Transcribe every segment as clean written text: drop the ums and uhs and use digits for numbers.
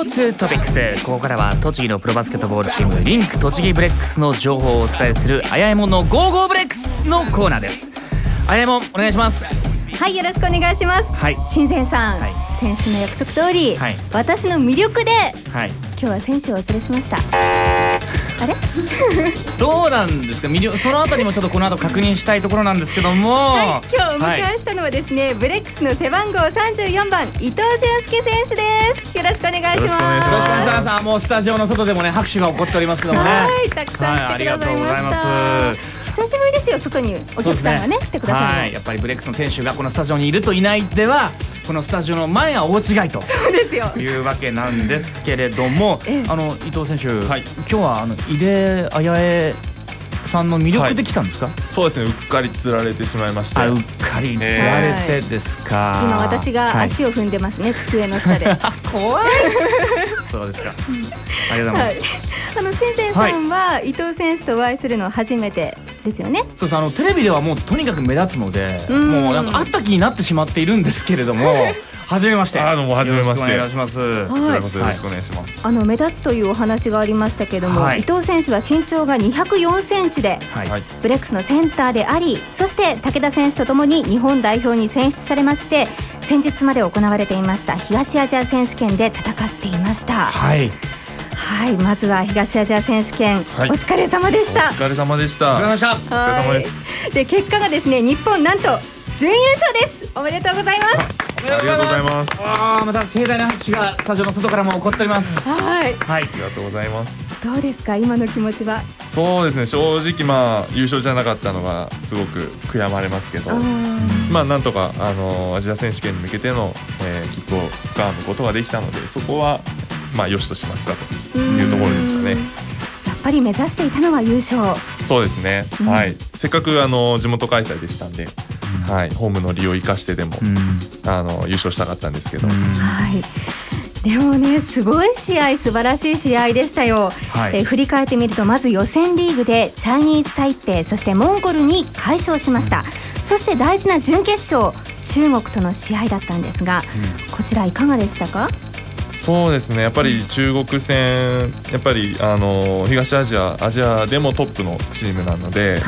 ツトピックス。ここからは栃木のプロバスケットボールチームリンク栃木ブレックスの情報をお伝えするあやえもんのゴーゴーブレックスのコーナーです。あやえもん、お願いします。 はい、よろしくお願いします。 はい、 新前さん、 はい、 先週の約束通り、 はい、 私の魅力で、 はい、 今日は選手をお連れしました。あれどうなんですか、魅力、そのあたりもちょっとこの後確認したいところなんですけども、 はい、今日お迎えしたのはですね、ブレックスの背番号34番伊藤俊介選手です。よろしくお願いします。 よろしくお願いします。もうスタジオの外でもね、拍手が起こっておりますけどもね、 はい、たくさん来てくださいました。久しぶりですよ、外にお客さんがね、来てくださるの。はい、 やっぱりブレックスの選手がこのスタジオにいるといないでは、このスタジオの前は大違いとそうですよいうわけなんですけれども、伊藤選手、はい、今日は井出あやえさんの魅力で来たんですか？はい、 そうですね、うっかり釣られてしまいました。 うっかり釣られてですか。 今私が足を踏んでますね、机の下で怖いそうですか、ありがとうございます。 新前さんは伊藤選手とお会いするのは初めてですよね。 そうです。テレビではもうとにかく目立つので、もうなんか会った気になってしまっているんですけれどもはじめまして。 どうもはじめまして。 よろしくお願いします。 こちらこそよろしくお願いします。 目立つというお話がありましたけども、伊藤選手は身長が204センチで、ブレックスのセンターであり、そして武田選手とともに日本代表に選出されまして、先日まで行われていました東アジア選手権で戦っていました。はい、まずは東アジア選手権、お疲れ様でした。 お疲れ様でした。 お疲れ様でした。 お疲れ様です。 で、結果がですね、日本なんと準優勝です。おめでとうございます。 ありがとうございます。 また盛大な拍手がスタジオの外からも起こっております。 はい、 ありがとうございます。 どうですか、今の気持ちは？ そうですね、正直優勝じゃなかったのがすごく悔やまれますけど、なんとかアジア選手権に向けての、切符をつかむことができたので、そこは良しとしますかというところですかね。 やっぱり目指していたのは優勝。そうですね、 はい、せっかく地元開催でしたんで、ホームの利を生かしてでも、優勝したかったんですけど、 でもね、すごい試合、素晴らしい試合でしたよ。振り返ってみると、まず予選リーグでチャイニーズ台北、そしてモンゴルに快勝しました。そして大事な準決勝、中国との試合だったんですが、こちらいかがでしたか？ そうですね、やっぱり中国戦、やっぱり東アジアでもトップのチームなので、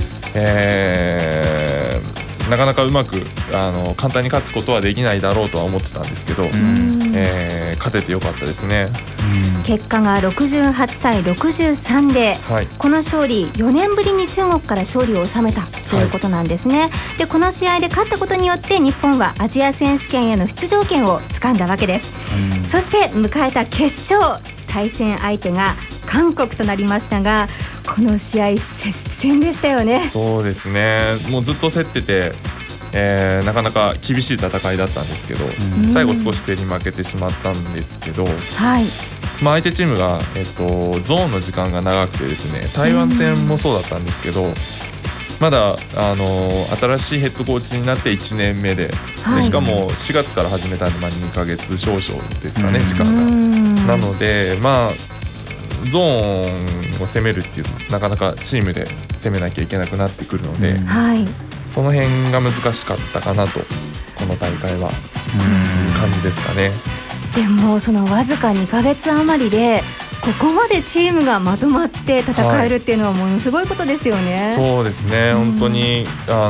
なかなかうまく簡単に勝つことはできないだろうとは思ってたんですけど、勝ててよかったですね。 結果が68対63で、この勝利、4年ぶりに中国から勝利を収めたということなんですね。で、この試合で勝ったことによって日本はアジア選手権への出場権を掴んだわけです。そして迎えた決勝、対戦相手が韓国となりましたが、この試合接戦でしたよね。そうですね、もうずっと競ってて、なかなか厳しい戦いだったんですけど、最後少し競り負けてしまったんですけど、相手チームが、ゾーンの時間が長くてですね、台湾戦もそうだったんですけど、まだ新しいヘッドコーチになって1年目で、しかも4月から始めたんで、2ヶ月少々ですかね、時間が。なのでゾーンを攻めるっていう、なかなかチームで攻めなきゃいけなくなってくるので、その辺が難しかったかなと、この大会はいう感じですかね。 でもそのわずか2ヶ月余りでここまでチームがまとまって戦えるっていうのはものすごいことですよね。 そうですね、本当に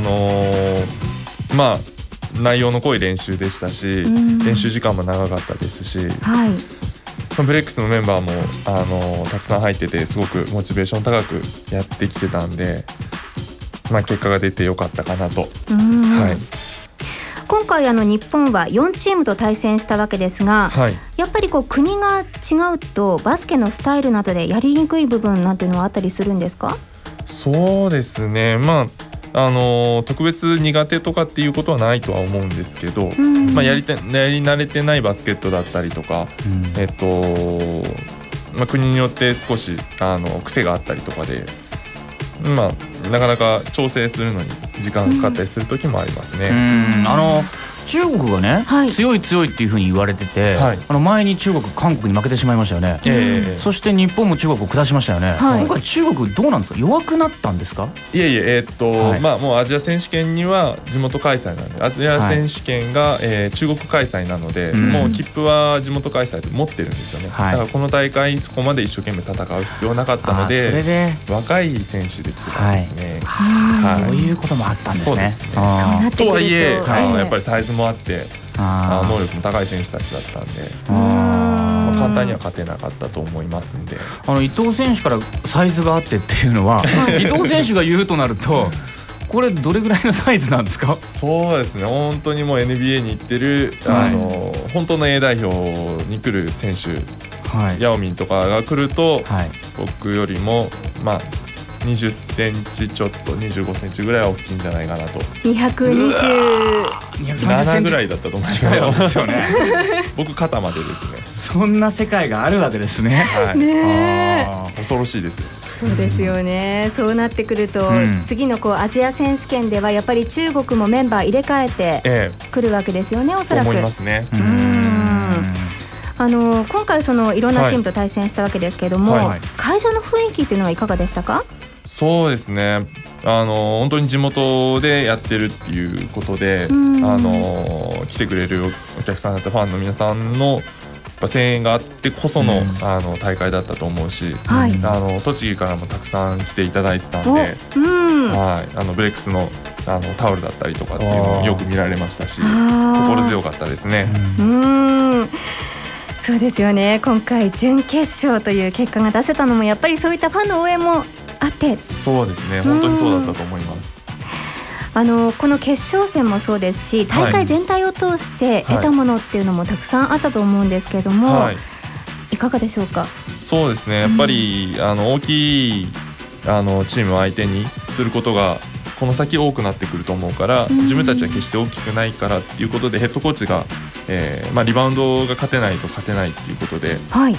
内容の濃い練習でしたし、練習時間も長かったですし、ブレックスのメンバーもたくさん入ってて、すごくモチベーション高くやってきてたんで、結果が出てよかったかなと。 今回日本は4チームと対戦したわけですが、やっぱり国が違うとバスケのスタイルなどでやりにくい部分なんていうのはあったりするんですか？ そうですね、特別苦手とかっていうことはないとは思うんですけど、やり慣れてないバスケットだったりとか、国によって少し癖があったりとかで、なかなか調整するのに時間かかったりする時もありますね。 中国がね、強い強いっていう風に言われてて、前に中国韓国に負けてしまいましたよね。そして日本も中国を下しましたよね。今回中国どうなんですか、弱くなったんですか？ いえいえ、まあもうアジア選手権には地元開催なんで、アジア選手権が中国開催なので、もう切符は地元開催で持ってるんですよね。だからこの大会そこまで一生懸命戦う必要なかったので、若い選手で来てたんですね。 そういうこともあったんですね。 とはいえやっぱりサイズもあって能力も高い選手たちだったんで、簡単には勝てなかったと思いますんで。 伊藤選手からサイズがあってっていうのは伊藤選手が言うとなるとこれどれぐらいのサイズなんですか？ そうですね、本当にもう NBA に行ってる本当の A 代表に来る選手、ヤオミンとかが来ると僕よりもまあ20センチちょっと25センチぐらいは大きいんじゃないかなと。227ぐらいだったと思いますよね。僕肩までですね。 そんな世界があるわけですね。 恐ろしいですよ。 そうですよね。そうなってくると、次のアジア選手権ではやっぱり中国もメンバー入れ替えてくるわけですよね、おそらく。 思いますね。 今回そのいろんなチームと対戦したわけですけれども、会場の雰囲気っていうのはいかがでしたか？ そうですね、本当に地元でやってるっていうことで、来てくれるお客さんだったファンの皆さんの声援があってこその、大会だったと思うし、栃木からもたくさん来ていただいてたんで、ブレックスのタオルだったりとかっていうのもよく見られましたし、心強かったですね。 そうですよね。今回準決勝という結果が出せたのもやっぱりそういったファンの応援もあって。 そうですね、本当にそうだったと思います。 この決勝戦もそうですし、大会全体を通して得たものっていうのもたくさんあったと思うんですけれども、いかがでしょうか？ そうですね、やっぱり大きいチームを相手にすることがこの先多くなってくると思うから、自分たちは決して大きくないからっていうことでヘッドコーチが、リバウンドが勝てないと勝てないっていうことで、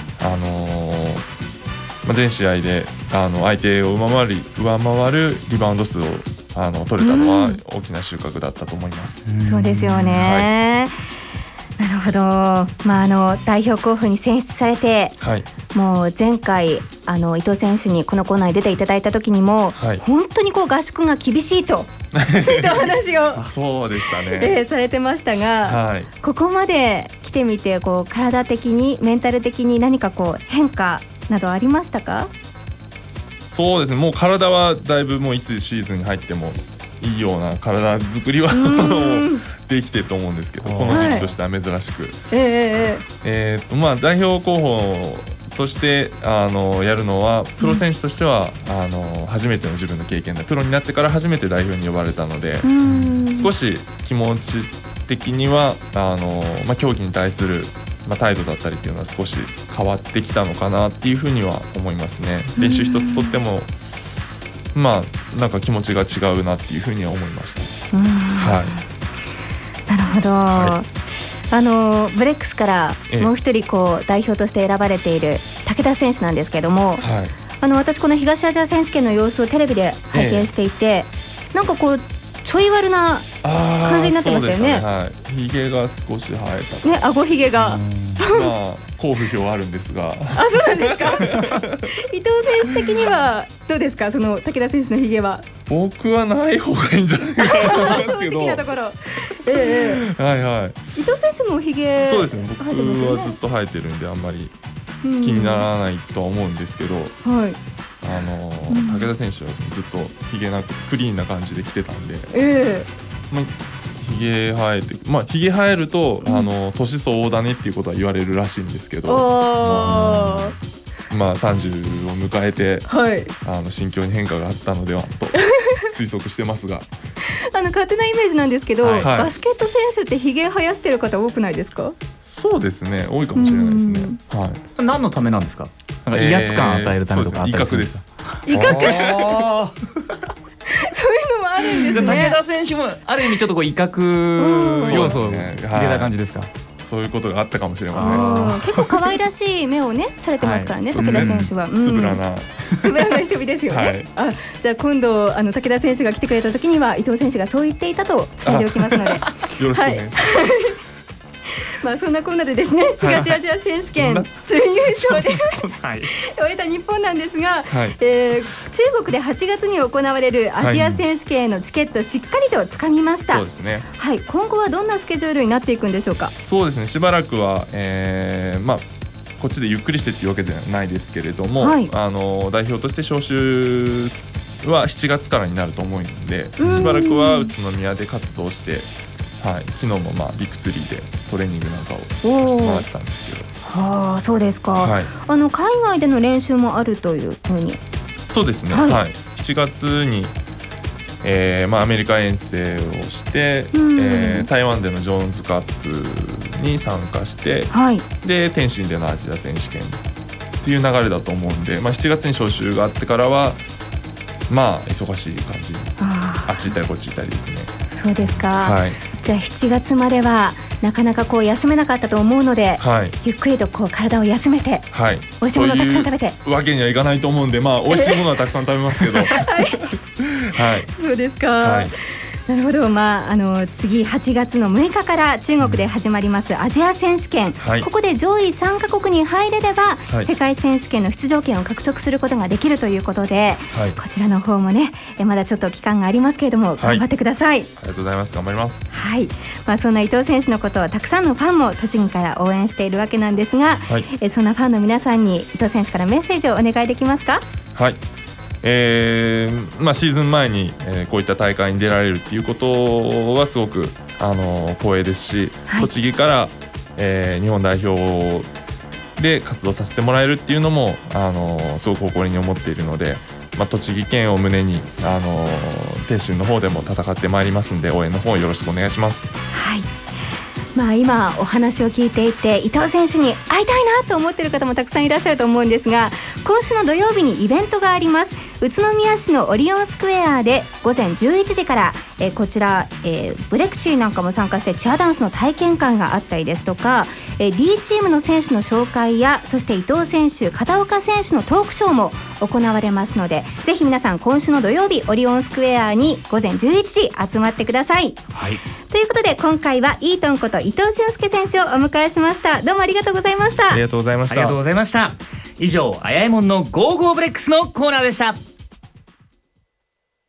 全試合で相手を上回るリバウンド数を取れたのは大きな収穫だったと思います。 そうですよね。なるほど。代表候補に選出されて、もう前回伊藤選手にこのコーナーに出ていただいた時にも、本当に合宿が厳しいとそういったお話をそうでしたね、 されてましたが、ここまで来てみて体的にメンタル的に何か変化などありましたか？ そうですね、もう体はだいぶもういつシーズンに入ってもいいような体作りはできてると思うんですけど、この時期としては珍しく、代表候補としてやるのはプロ選手としては初めての自分の経験で、プロになってから初めて代表に呼ばれたので、少し気持ち的には競技に対する態度だったりっていうのは少し変わってきたのかなっていうふうには思いますね。練習一つとってもなんか気持ちが違うなっていうふうには思いました。 なるほど。ブレックスからもう一人代表として選ばれている武田選手なんですけども、私この東アジア選手権の様子をテレビで拝見していて、なんかちょい悪な感じになってましたよね。 ひげが少し生えたね、 顎ひげが好不評あるんですが。 そうなんですか。伊藤選手的にはどうですか、その武田選手のひげは？ 僕はない方がいいんじゃないかと思いますけど。 正直なところ。伊藤選手もひげ。 そうですね、僕はずっと生えてるんであんまり気にならないとは思うんですけど、武田選手はずっとひげなくクリーンな感じで来てたんで、ひげ生えて、ひげ生えると年相応だねっていうことは言われるらしいんですけど、30を迎えて、心境に変化があったのではと推測してますが勝手なイメージなんですけど、バスケット選手ってひげ生やしてる方多くないですか？ そうですね、多いかもしれないですね。 何のためなんですか？なんか威圧感与えるためとかあったりするんですか？ 威嚇。そういうのもあるんですね。 武田選手もある意味ちょっと威嚇要素を入れた感じですか？ そういうことがあったかもしれません。結構可愛らしい目をねされてますからね、武田選手は。 つぶらな瞳ですよね。じゃあ今度武田選手が来てくれた時には伊藤選手がそう言っていたと伝えておきますので、よろしくお願いします。 まあそんなこんなでですね、東アジア選手権準優勝で終えた日本なんですが、中国で8月に行われるアジア選手権のチケットしっかりとつかみました。 そうですね。 はい、今後はどんなスケジュールになっていくんでしょうか。 そうですね、しばらくは、こっちでゆっくりしてっていうわけではないですけれども、代表として招集は7月からになると思うので、しばらくは宇都宮で活動して、昨日もビッグツリーでトレーニングなんかをさせてもらってたんですけど。 はあ、そうですか。海外での練習もあるというふうに。 そうですね。7月に、アメリカ遠征をして、台湾でのジョーンズカップに参加して、で天津でのアジア選手権っていう流れだと思うんで、7月に招集があってからは忙しい感じ。あっち行ったりこっち行ったりですね。 そうですか。じゃあ7月まではなかなか休めなかったと思うので、ゆっくりと体を休めて、美味しいものをたくさん食べて。 そういうわけにはいかないと思うんで、美味しいものはたくさん食べますけど。 そうですか。なるほど。次8月の6日から中国で始まりますアジア選手権、ここで上位3カ国に入れれば、世界選手権の出場権を獲得することができるということで、こちらの方もねまだちょっと期間がありますけれども、頑張ってください。 ありがとうございます。頑張ります。 そんな伊藤選手のことをたくさんのファンも栃木から応援しているわけなんですが、そんなファンの皆さんに伊藤選手からメッセージをお願いできますか。 シーズン前に、こういった大会に出られるっていうことはすごく光栄ですし、栃木から、日本代表で活動させてもらえるっていうのもすごく誇りに思っているので、栃木県を胸に天津の方でも戦ってまいりますので、応援の方よろしくお願いします。 今お話を聞いていて伊藤選手に会いたいなと思っている方もたくさんいらっしゃると思うんですが、今週の土曜日にイベントがあります。宇都宮市のオリオンスクエアで午前11時から、こちら、ブレクシーなんかも参加してチアダンスの体験会があったりですとか、D チームの選手の紹介や、そして伊藤選手、片岡選手のトークショーも行われますので、ぜひ皆さん今週の土曜日オリオンスクエアに午前11時集まってください。ということで今回はイートンこと伊藤俊介選手をお迎えしました。どうもありがとうございました。 ありがとうございました。 以上、あやえもんのゴーゴーブレックスのコーナーでした。